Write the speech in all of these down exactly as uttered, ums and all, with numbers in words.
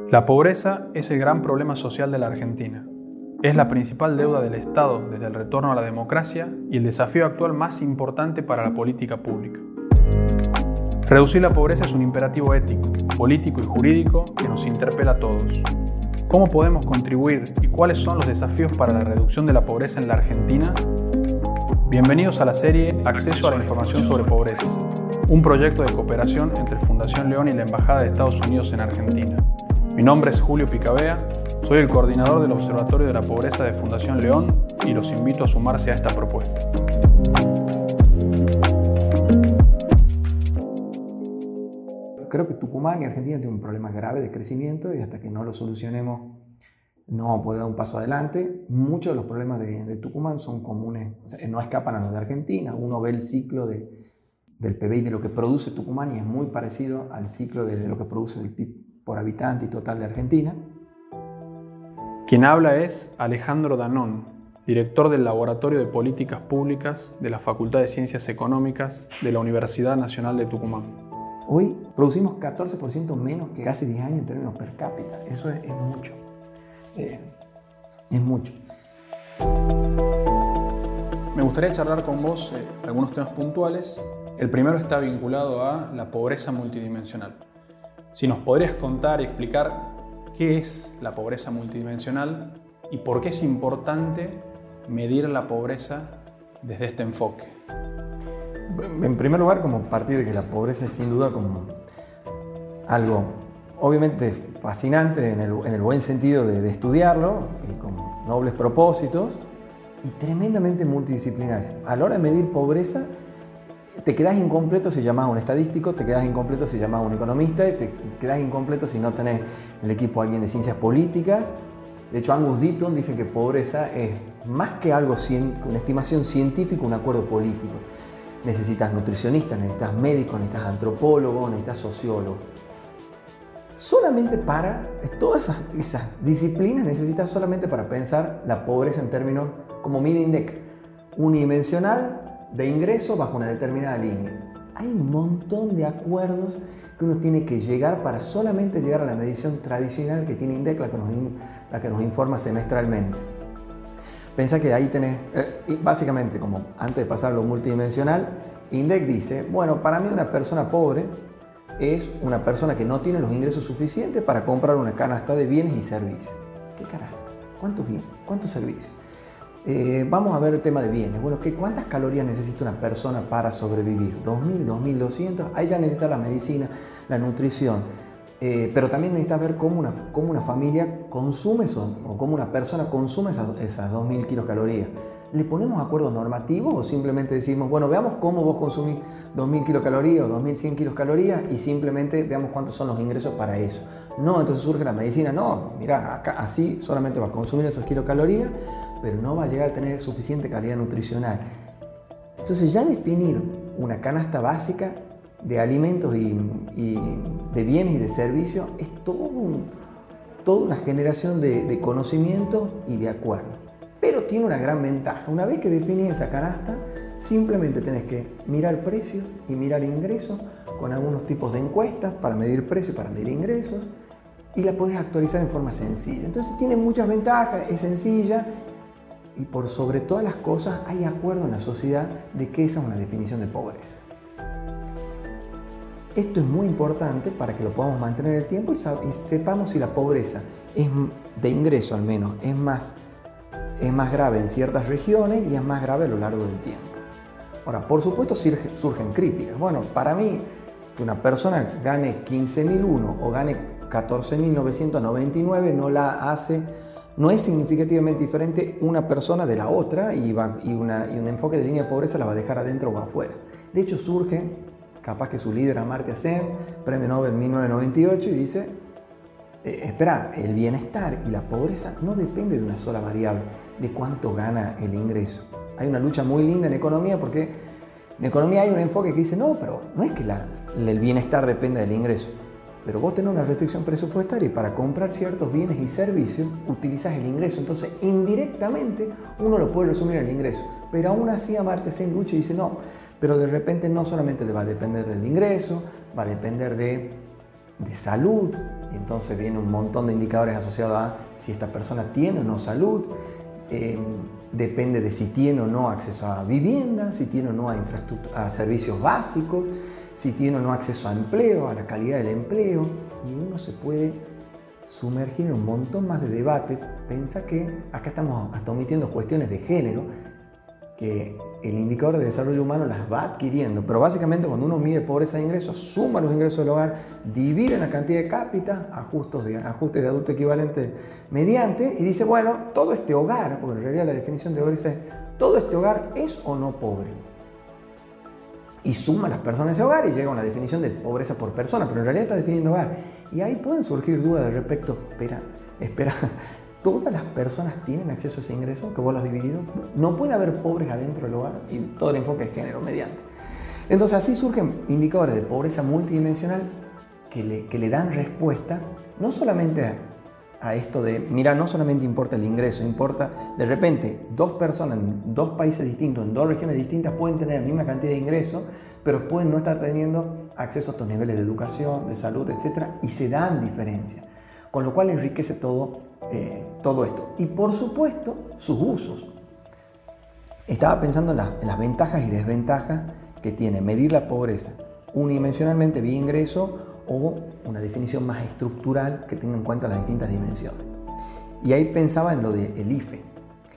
La pobreza es el gran problema social de la Argentina. Es la principal deuda del Estado desde el retorno a la democracia y el desafío actual más importante para la política pública. Reducir la pobreza es un imperativo ético, político y jurídico que nos interpela a todos. ¿Cómo podemos contribuir y cuáles son los desafíos para la reducción de la pobreza en la Argentina? Bienvenidos a la serie Acceso a la información sobre pobreza, un proyecto de cooperación entre Fundación León y la Embajada de Estados Unidos en Argentina. Mi nombre es Julio Picabea, soy el coordinador del Observatorio de la Pobreza de Fundación León y los invito a sumarse a esta propuesta. Creo que Tucumán y Argentina tienen un problema grave de crecimiento y hasta que no lo solucionemos no vamos a poder dar un paso adelante. Muchos de los problemas de, de Tucumán son comunes, o sea, no escapan a los de Argentina. Uno ve el ciclo de, del P B I de lo que produce Tucumán y es muy parecido al ciclo de, de lo que produce el P I B por habitante y total de Argentina. Quien habla es Alejandro Danón, director del Laboratorio de Políticas Públicas de la Facultad de Ciencias Económicas de la Universidad Nacional de Tucumán. Hoy producimos catorce por ciento menos que hace diez años en términos per cápita. Eso es, es mucho. Eh, es mucho. Me gustaría charlar con vos eh, algunos temas puntuales. El primero está vinculado a la pobreza multidimensional. Si nos podrías contar y explicar qué es la pobreza multidimensional y por qué es importante medir la pobreza desde este enfoque. En primer lugar, como partir de que la pobreza es sin duda como algo obviamente fascinante en el, en el buen sentido de, de estudiarlo y con nobles propósitos y tremendamente multidisciplinario. A la hora de medir pobreza, te quedas incompleto si llamas a un estadístico, te quedas incompleto si llamas a un economista, y te quedas incompleto si no tenés en el equipo a alguien de ciencias políticas. De hecho, Angus Deaton dice que pobreza es más que algo, una estimación científica, un acuerdo político. Necesitas nutricionistas, necesitas médicos, necesitas antropólogos, necesitas sociólogos. Solamente para, todas esas, esas disciplinas necesitas solamente para pensar la pobreza en términos como mide INDEC, unidimensional de ingreso bajo una determinada línea. Hay un montón de acuerdos que uno tiene que llegar para solamente llegar a la medición tradicional que tiene INDEC, la que nos, la que nos informa semestralmente. Pensá que ahí tenés, eh, básicamente, como antes de pasar a lo multidimensional, INDEC dice, bueno, para mí una persona pobre es una persona que no tiene los ingresos suficientes para comprar una canasta de bienes y servicios. ¿Qué carajo? ¿Cuántos bienes? ¿Cuántos servicios? Eh, vamos a ver el tema de bienes. Bueno, ¿qué, ¿cuántas calorías necesita una persona para sobrevivir? ¿dos mil, dos mil doscientos? Ahí ya necesita la medicina, la nutrición. Eh, pero también necesita ver cómo una, cómo una familia consume eso, o cómo una persona consume esas, esas dos mil kilocalorías. ¿Le ponemos acuerdos normativos o simplemente decimos, bueno, veamos cómo vos consumís dos mil kilocalorías o dos mil cien kilocalorías y simplemente veamos cuántos son los ingresos para eso? No, entonces surge la medicina, no, mira, acá así solamente va a consumir esas kilocalorías, pero no va a llegar a tener suficiente calidad nutricional. Entonces ya definir una canasta básica de alimentos y, y de bienes y de servicios es todo un, toda una generación de, de conocimiento y de acuerdo. Pero tiene una gran ventaja. Una vez que definís esa canasta, simplemente tenés que mirar precios y mirar ingresos con algunos tipos de encuestas para medir precios y para medir ingresos y la podés actualizar en forma sencilla. Entonces tiene muchas ventajas, es sencilla y por sobre todas las cosas hay acuerdo en la sociedad de que esa es una definición de pobreza. Esto es muy importante para que lo podamos mantener en el tiempo y, y sepamos si la pobreza es de ingreso al menos es más, es más grave en ciertas regiones y es más grave a lo largo del tiempo. Ahora, por supuesto surge, surgen críticas. Bueno, para mí, que una persona gane quince mil uno o gane catorce mil novecientos noventa y nueve no la hace, no es significativamente diferente una persona de la otra y, va, y, una, y un enfoque de línea de pobreza la va a dejar adentro o afuera. De hecho, surge, capaz que su líder Amartya Sen, premio Nobel mil novecientos noventa y ocho, y dice, eh, espera, el bienestar y la pobreza no depende de una sola variable, de cuánto gana el ingreso. Hay una lucha muy linda en economía porque en economía hay un enfoque que dice, no, pero no es que la, el bienestar dependa del ingreso, pero vos tenés una restricción presupuestaria y para comprar ciertos bienes y servicios utilizás el ingreso, entonces indirectamente uno lo puede resumir al ingreso, pero aún así Amartya Sen lucha y dice, no, pero de repente no solamente va a depender del ingreso, va a depender de, de salud, y entonces viene un montón de indicadores asociados a si esta persona tiene o no salud, eh, depende de si tiene o no acceso a vivienda, si tiene o no a, infraestructura, a servicios básicos, si tiene o no acceso a empleo, a la calidad del empleo, y uno se puede sumergir en un montón más de debate. Pensa que acá estamos hasta omitiendo cuestiones de género, que el indicador de desarrollo humano las va adquiriendo, pero básicamente cuando uno mide pobreza de ingresos, suma los ingresos del hogar, divide la cantidad de cápita, ajustes de, ajustes de adulto equivalente mediante, y dice, bueno, todo este hogar, porque en realidad la definición de pobreza es, todo este hogar es o no pobre. Y suma las personas de ese hogar y llega a una definición de pobreza por persona, pero en realidad está definiendo hogar. Y ahí pueden surgir dudas de respecto, espera, espera, ¿todas las personas tienen acceso a ese ingreso que vos lo has dividido? No puede haber pobres adentro del hogar, y todo el enfoque es género mediante. Entonces así surgen indicadores de pobreza multidimensional que le, que le dan respuesta no solamente a, a esto de, mira, no solamente importa el ingreso, importa de repente dos personas en dos países distintos, en dos regiones distintas pueden tener la misma cantidad de ingresos, pero pueden no estar teniendo acceso a estos niveles de educación, de salud, etcétera, y se dan diferencias. Con lo cual enriquece todo, eh, todo esto. Y por supuesto, sus usos. Estaba pensando en, la, en las ventajas y desventajas que tiene medir la pobreza unidimensionalmente vía ingreso o una definición más estructural que tenga en cuenta las distintas dimensiones. Y ahí pensaba en lo del I F E.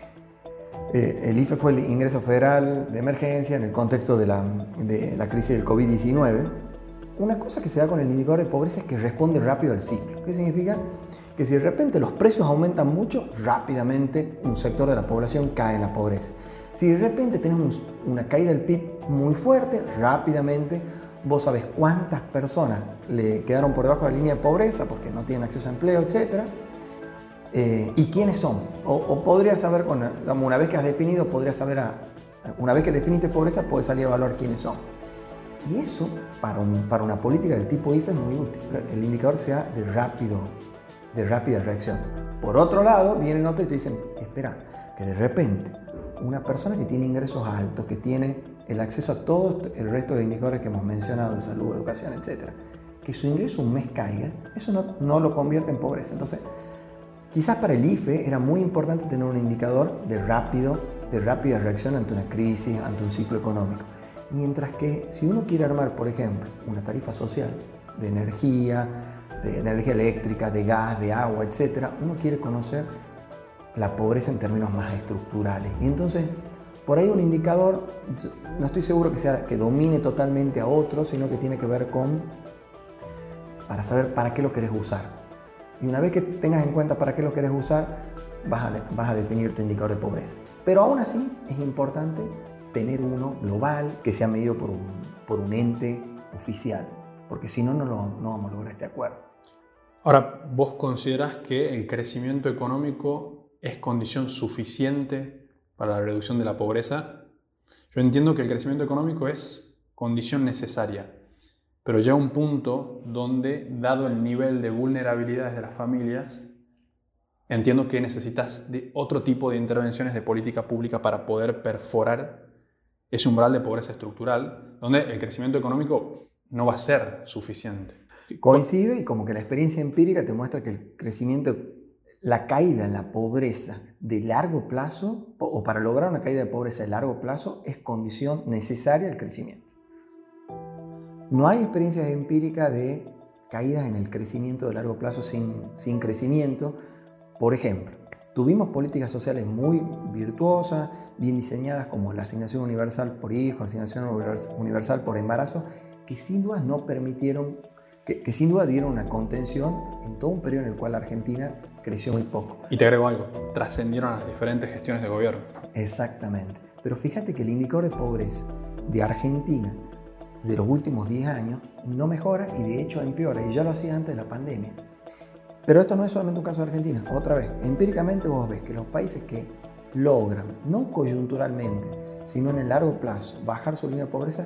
Eh, el I F E fue el ingreso federal de emergencia en el contexto de la, de la crisis del COVID diecinueve. Una cosa que se da con el indicador de pobreza es que responde rápido al ciclo. ¿Qué significa? Que si de repente los precios aumentan mucho, rápidamente un sector de la población cae en la pobreza. Si de repente tenemos una caída del P I B muy fuerte, rápidamente vos sabés cuántas personas le quedaron por debajo de la línea de pobreza porque no tienen acceso a empleo, etcétera. Eh, y quiénes son. O, o podrías saber, con, digamos, una vez que has definido, podrías saber, a, una vez que definiste pobreza, puedes salir a evaluar quiénes son. Y eso, para, un, para una política del tipo I F E, es muy útil. El indicador sea de, rápido, de rápida reacción. Por otro lado, vienen otros y te dicen, espera, que de repente una persona que tiene ingresos altos, que tiene el acceso a todo el resto de indicadores que hemos mencionado, de salud, educación, etcétera, que su ingreso un mes caiga, eso no, no lo convierte en pobreza. Entonces, quizás para el I F E era muy importante tener un indicador de, rápido, de rápida reacción ante una crisis, ante un ciclo económico. Mientras que si uno quiere armar, por ejemplo, una tarifa social de energía, de, de energía eléctrica, de gas, de agua, etcétera, uno quiere conocer la pobreza en términos más estructurales. Y entonces, por ahí un indicador, no estoy seguro que sea que domine totalmente a otro, sino que tiene que ver con, para saber para qué lo querés usar. Y una vez que tengas en cuenta para qué lo querés usar, vas a, de, vas a definir tu indicador de pobreza. Pero aún así, es importante tener uno global que sea medido por un, por un ente oficial, porque si no, no, lo, no vamos a lograr este acuerdo. Ahora, ¿vos considerás que el crecimiento económico es condición suficiente para la reducción de la pobreza? Yo entiendo que el crecimiento económico es condición necesaria, pero llega un punto donde, dado el nivel de vulnerabilidades de las familias, entiendo que necesitas de otro tipo de intervenciones de política pública para poder perforar ese umbral de pobreza estructural, donde el crecimiento económico no va a ser suficiente. Coincido, y como que la experiencia empírica te muestra que el crecimiento, la caída en la pobreza de largo plazo, o para lograr una caída de pobreza de largo plazo, es condición necesaria del crecimiento. No hay experiencias empíricas de caídas en el crecimiento de largo plazo sin, sin crecimiento. Por ejemplo, tuvimos políticas sociales muy virtuosas, bien diseñadas, como la asignación universal por hijo, asignación universal por embarazo, que sin duda no permitieron, que, que sin duda dieron una contención en todo un periodo en el cual la Argentina creció muy poco. Y te agrego algo, trascendieron a las diferentes gestiones de gobierno. Exactamente. Pero fíjate que el indicador de pobreza de Argentina de los últimos diez años no mejora y de hecho empeora, y ya lo hacía antes de la pandemia. Pero esto no es solamente un caso de Argentina. Otra vez, empíricamente vos ves que los países que logran, no coyunturalmente, sino en el largo plazo, bajar su línea de pobreza,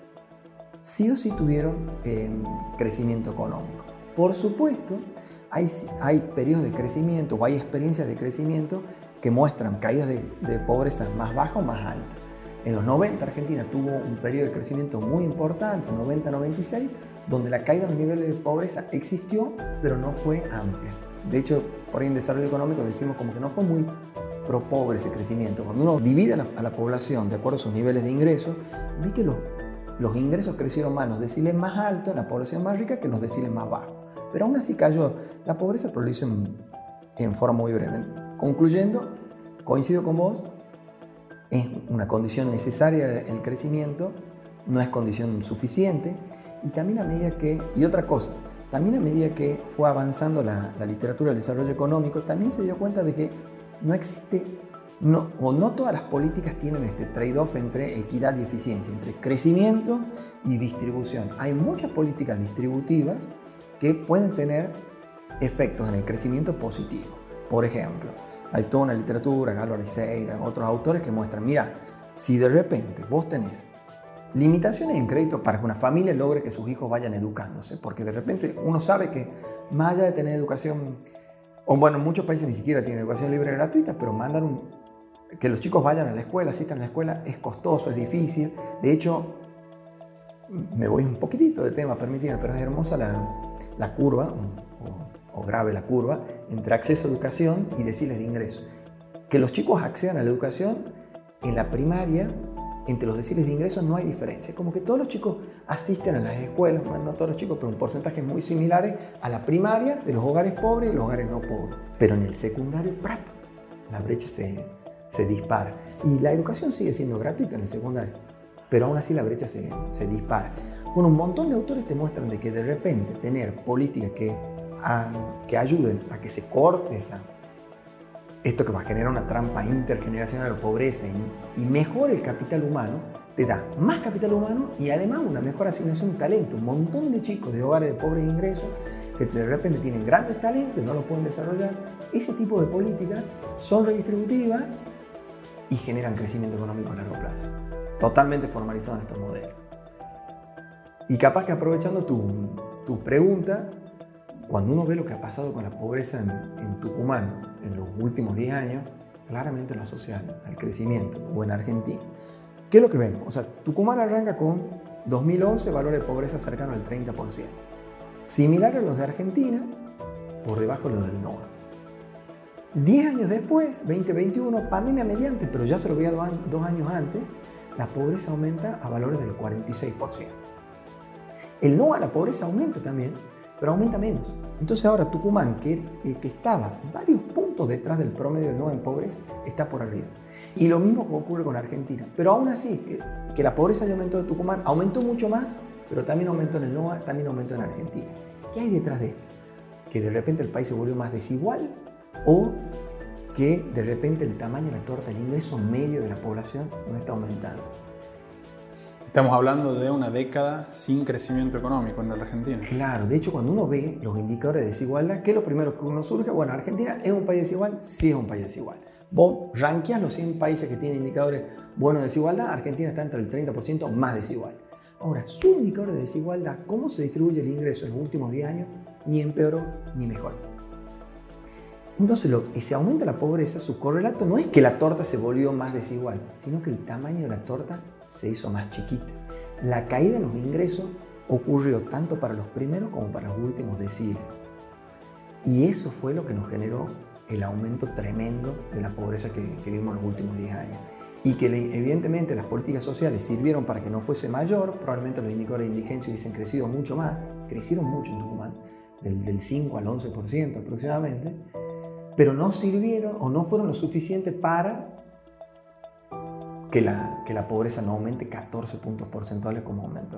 sí o sí tuvieron eh, crecimiento económico. Por supuesto, hay, hay periodos de crecimiento o hay experiencias de crecimiento que muestran caídas de, de pobreza más bajas o más altas. En los noventa Argentina tuvo un periodo de crecimiento muy importante, noventa a noventa y seis, donde la caída de los niveles de pobreza existió, pero no fue amplia. De hecho, por ahí en desarrollo económico decimos como que no fue muy pro pobre ese crecimiento. Cuando uno divide a la, a la población de acuerdo a sus niveles de ingresos, ve que los, los ingresos crecieron más en los deciles más altos, en la población más rica, que en los deciles más bajos. Pero aún así cayó la pobreza, pero lo hizo en, en forma muy breve. Concluyendo, coincido con vos, es una condición necesaria el crecimiento, no es condición suficiente, y también a medida que, y otra cosa, también a medida que fue avanzando la, la literatura del desarrollo económico, también se dio cuenta de que no existe, no, o no todas las políticas tienen este trade-off entre equidad y eficiencia, entre crecimiento y distribución. Hay muchas políticas distributivas que pueden tener efectos en el crecimiento positivo. Por ejemplo, hay toda una literatura, Galo Ariceira, otros autores que muestran, mira, si de repente vos tenés limitaciones en crédito para que una familia logre que sus hijos vayan educándose, porque de repente uno sabe que más allá de tener educación, o bueno, en muchos países ni siquiera tienen educación libre y gratuita, pero mandan un, que los chicos vayan a la escuela, asistan a la escuela, es costoso, es difícil. De hecho, me voy un poquitito de tema, permíteme, pero es hermosa la, la curva, o, o grave la curva, entre acceso a educación y deciles de ingreso. Que los chicos accedan a la educación en la primaria, entre los deciles de ingresos no hay diferencia. Como que todos los chicos asisten a las escuelas, bueno, no todos los chicos, pero en porcentajes muy similares a la primaria de los hogares pobres y los hogares no pobres. Pero en el secundario, ¡prap!, la brecha se, se dispara. Y la educación sigue siendo gratuita en el secundario, pero aún así la brecha se, se dispara. Bueno, un montón de autores te muestran de que de repente tener políticas que, a, que ayuden a que se corte esa esto que va a generar una trampa intergeneracional o pobreza y, y mejore el capital humano, te da más capital humano y además una mejor asignación de talento. Un montón de chicos de hogares de pobres ingresos que de repente tienen grandes talentos y no los pueden desarrollar. Ese tipo de políticas son redistributivas y generan crecimiento económico a largo plazo. Totalmente formalizados en estos modelos. Y capaz que aprovechando tu, tu pregunta, cuando uno ve lo que ha pasado con la pobreza en, en Tucumán en los últimos diez años, claramente lo asocia al crecimiento, o en Argentina. ¿Qué es lo que vemos? O sea, Tucumán arranca con dos mil once valores de pobreza cercanos al treinta por ciento. Similar a los de Argentina, por debajo de los del NOA. Diez años después, veinte veintiuno, pandemia mediante, pero ya se lo había dado dos años antes, la pobreza aumenta a valores del cuarenta y seis por ciento. El NOA, la pobreza aumenta también, pero aumenta menos. Entonces ahora Tucumán, que, eh, que estaba varios puntos detrás del promedio del NOA en pobreza, está por arriba. Y lo mismo que ocurre con Argentina. Pero aún así, que, que la pobreza ya aumentó de Tucumán, aumentó mucho más, pero también aumentó en el NOA, también aumentó en Argentina. ¿Qué hay detrás de esto? ¿Que de repente el país se volvió más desigual? ¿O que de repente el tamaño de la torta, el ingreso medio de la población no está aumentando? Estamos hablando de una década sin crecimiento económico en la Argentina. Claro, de hecho cuando uno ve los indicadores de desigualdad, ¿qué es lo primero que uno surge? Bueno, ¿Argentina es un país desigual? Sí es un país desigual. Vos rankeás los cien países que tienen indicadores buenos de desigualdad, Argentina está entre el treinta por ciento más desigual. Ahora, su indicador de desigualdad, ¿cómo se distribuye el ingreso en los últimos diez años? Ni empeoró ni mejoró. Entonces, lo, ese aumento de la pobreza, su correlato no es que la torta se volvió más desigual, sino que el tamaño de la torta se hizo más chiquita. La caída en los ingresos ocurrió tanto para los primeros como para los últimos deciles. Y eso fue lo que nos generó el aumento tremendo de la pobreza que, que vimos en los últimos diez años. Y que evidentemente las políticas sociales sirvieron para que no fuese mayor, probablemente los indicadores de indigencia hubiesen crecido mucho más, crecieron mucho en Tucumán, del, del cinco al once por ciento aproximadamente, pero no sirvieron o no fueron lo suficiente para que la, que la pobreza no aumente catorce puntos porcentuales como aumentó.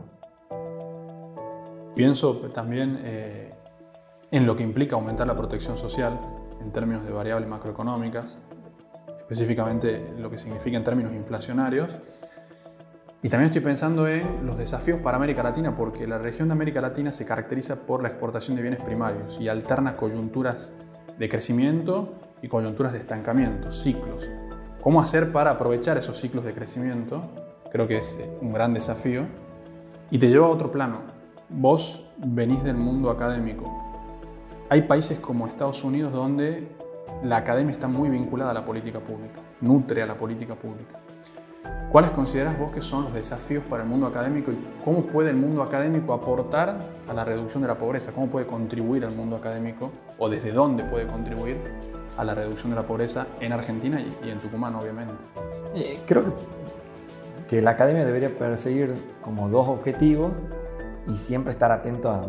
Pienso también eh, en lo que implica aumentar la protección social en términos de variables macroeconómicas, específicamente lo que significa en términos inflacionarios. Y también estoy pensando en los desafíos para América Latina, porque la región de América Latina se caracteriza por la exportación de bienes primarios y alterna coyunturas de crecimiento y coyunturas de estancamiento, ciclos. ¿Cómo hacer para aprovechar esos ciclos de crecimiento? Creo que es un gran desafío. Y te llevo a otro plano. Vos venís del mundo académico. Hay países como Estados Unidos donde la academia está muy vinculada a la política pública, nutre a la política pública. ¿Cuáles consideras vos que son los desafíos para el mundo académico y cómo puede el mundo académico aportar a la reducción de la pobreza? ¿Cómo puede contribuir al mundo académico o desde dónde puede contribuir a la reducción de la pobreza en Argentina y en Tucumán, obviamente? Eh, creo que, que la academia debería perseguir como dos objetivos y siempre estar atento a,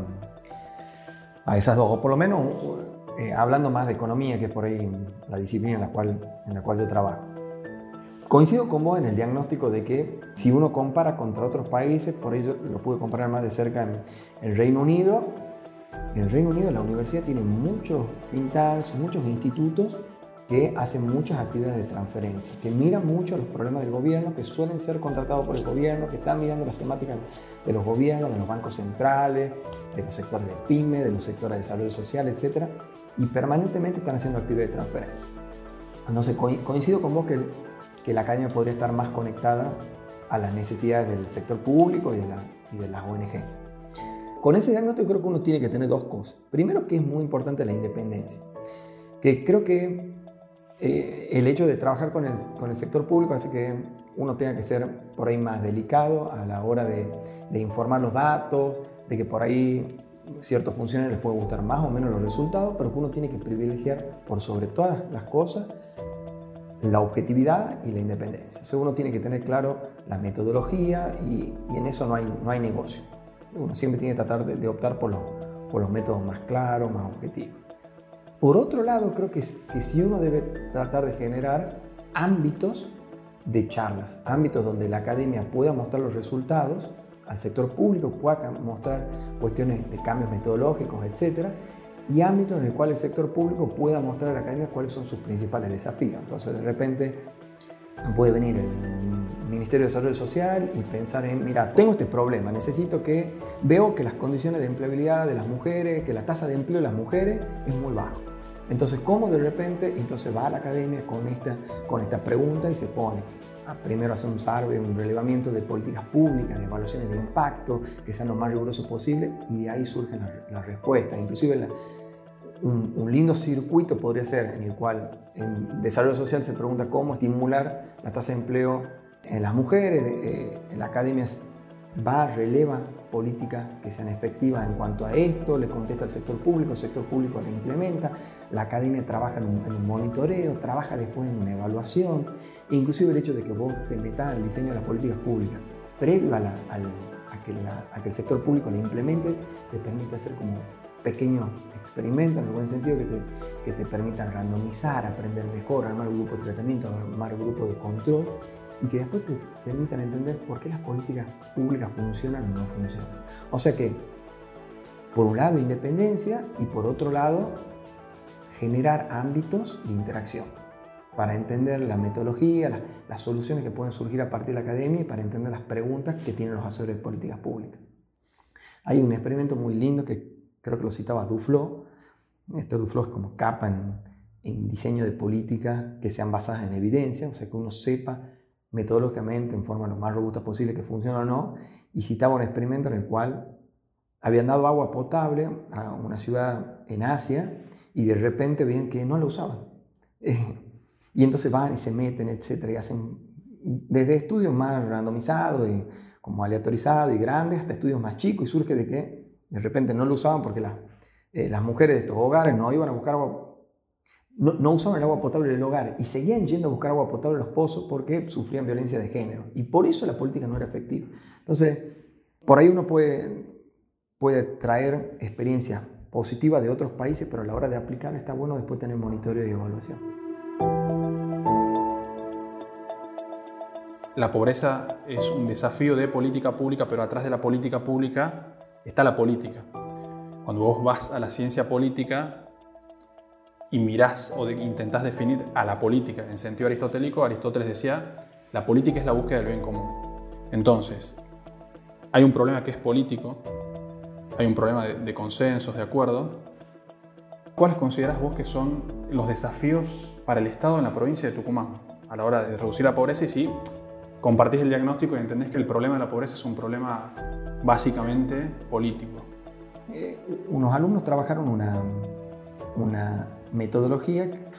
a esas dos, o por lo menos eh, hablando más de economía, que es por ahí la disciplina en la cual, en la cual yo trabajo. Coincido con vos en el diagnóstico de que si uno compara contra otros países, por ello lo pude comparar más de cerca en el Reino Unido. En el Reino Unido la universidad tiene muchos think tanks, muchos institutos que hacen muchas actividades de transferencia, que miran mucho los problemas del gobierno, que suelen ser contratados por el gobierno, que están mirando las temáticas de los gobiernos, de los bancos centrales, de los sectores de pyme, de los sectores de salud social, etcétera, y permanentemente están haciendo actividades de transferencia. Entonces coincido con vos que que la academia podría estar más conectada a las necesidades del sector público y de, la, y de las O N G. Con ese diagnóstico creo que uno tiene que tener dos cosas. Primero, que es muy importante la independencia, que creo que eh, el hecho de trabajar con el, con el sector público hace que uno tenga que ser por ahí más delicado a la hora de, de informar los datos, de que por ahí ciertos funcionarios les puede gustar más o menos los resultados, pero que uno tiene que privilegiar por sobre todas las cosas la objetividad y la independencia. Entonces uno tiene que tener claro la metodología y, y en eso no hay, no hay negocio. Uno siempre tiene que tratar de, de optar por los, por los métodos más claros, más objetivos. Por otro lado, creo que, que sí uno debe tratar de generar ámbitos de charlas, ámbitos donde la academia pueda mostrar los resultados, al sector público pueda mostrar cuestiones de cambios metodológicos, etcétera, y ámbitos en el cual el sector público pueda mostrar a la academia cuáles son sus principales desafíos. Entonces, de repente, puede venir el Ministerio de Salud Social y pensar en, mira, tengo este problema, necesito que, veo que las condiciones de empleabilidad de las mujeres, que la tasa de empleo de las mujeres es muy bajo. Entonces, ¿cómo de repente? Entonces va a la academia con esta, con esta pregunta y se pone a primero hacer un survey, un relevamiento de políticas públicas, de evaluaciones de impacto, que sean lo más riguroso posible, y de ahí surgen las, las respuestas. Inclusive la, un, un lindo circuito podría ser en el cual en desarrollo social se pregunta cómo estimular la tasa de empleo en las mujeres, eh, en la academia va, releva políticas que sean efectivas en cuanto a esto, le contesta al sector público, el sector público la implementa, la academia trabaja en un, en un monitoreo, trabaja después en una evaluación, e inclusive el hecho de que vos te metas al diseño de las políticas públicas previo a, la, al, a, que la, a que el sector público la implemente, te permite hacer como pequeños experimentos, en el buen sentido, que te, que te permitan randomizar, aprender mejor, armar un grupo de tratamiento, armar un grupo de control, y que después te permitan entender por qué las políticas públicas funcionan o no funcionan. O sea que, por un lado, independencia, y por otro lado, generar ámbitos de interacción para entender la metodología, las, las soluciones que pueden surgir a partir de la academia y para entender las preguntas que tienen los asesores de políticas públicas. Hay un experimento muy lindo que creo que lo citaba Duflo. Este Duflo es como capa en, en diseño de políticas que sean basadas en evidencia, o sea que uno sepa metodológicamente, en forma lo más robusta posible, que funciona o no, y citaba un experimento en el cual habían dado agua potable a una ciudad en Asia y de repente veían que no la usaban. Eh, y entonces van y se meten, etcétera, y hacen desde estudios más randomizados y como aleatorizados y grandes hasta estudios más chicos, y surge de que de repente no lo usaban porque las, eh, las mujeres de estos hogares no iban a buscar agua. No, no usaban el agua potable del hogar y seguían yendo a buscar agua potable en los pozos porque sufrían violencia de género. Y por eso la política no era efectiva. Entonces, por ahí uno puede, puede traer experiencias positivas de otros países, pero a la hora de aplicarla está bueno después tener monitoreo y evaluación. La pobreza es un desafío de política pública, pero atrás de la política pública está la política. Cuando vos vas a la ciencia política y mirás o de, intentás definir a la política en sentido aristotélico, Aristóteles decía, la política es la búsqueda del bien común. Entonces, hay un problema que es político, hay un problema de, de consensos, de acuerdo. ¿Cuáles considerás vos que son los desafíos para el Estado en la provincia de Tucumán a la hora de reducir la pobreza? Y si compartís el diagnóstico y entendés que el problema de la pobreza es un problema básicamente político. Eh, unos alumnos trabajaron una, una metodología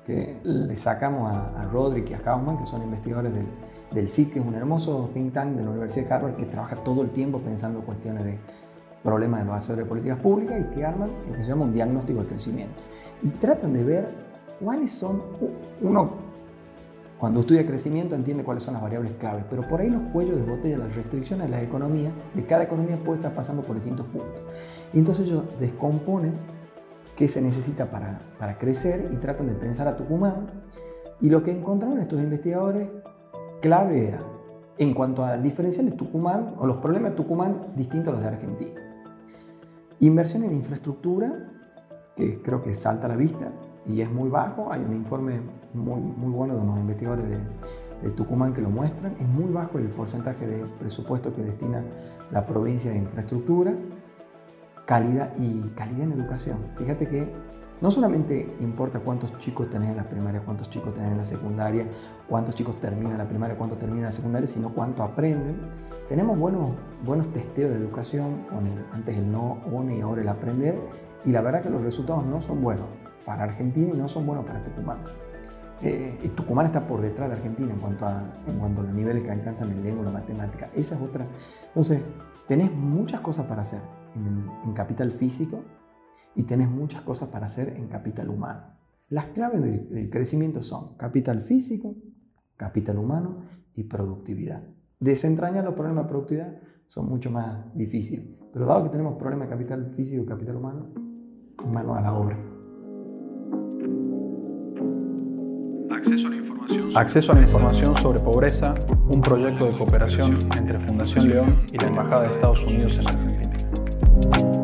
que le sacamos a, a Rodrik y a Hausman, que son investigadores del, del C I D, que es un hermoso think tank de la Universidad de Harvard que trabaja todo el tiempo pensando cuestiones de problemas de los hacedores de políticas públicas y que arman lo que se llama un diagnóstico de crecimiento. Y tratan de ver cuáles son, uno cuando estudia crecimiento entiende cuáles son las variables claves, pero por ahí los cuellos de botella, las restricciones de las economías, de cada economía puede estar pasando por distintos puntos. Y entonces ellos descomponen qué se necesita para, para crecer y tratan de pensar a Tucumán. Y lo que encontraron estos investigadores clave era, en cuanto a diferencial de Tucumán, o los problemas de Tucumán distintos a los de Argentina. Inversión en infraestructura, que creo que salta a la vista y es muy bajo. Hay un informe muy, muy bueno de unos investigadores de, de Tucumán que lo muestran. Es muy bajo el porcentaje de presupuesto que destina la provincia de infraestructura. Calidad y calidad en educación. Fíjate que no solamente importa cuántos chicos tenés en la primaria, cuántos chicos tenés en la secundaria, cuántos chicos terminan la primaria, cuántos terminan la secundaria, sino cuánto aprenden. Tenemos buenos, buenos testeos de educación, con el, antes el no, one y ahora el aprender, y la verdad que los resultados no son buenos para Argentina y no son buenos para Tucumán. Eh, Tucumán está por detrás de Argentina en cuanto a, en cuanto a los niveles que alcanzan en lengua y matemática. Esa es otra. Entonces, tenés muchas cosas para hacer en, en capital físico y tenés muchas cosas para hacer en capital humano. Las claves del, del crecimiento son capital físico, capital humano y productividad. Desentrañar los problemas de productividad son mucho más difíciles, pero dado que tenemos problemas de capital físico y capital humano, mano a la obra. Acceso a la información. Acceso a la información sobre pobreza, un proyecto de cooperación entre Fundación León y la Embajada de Estados Unidos en Argentina.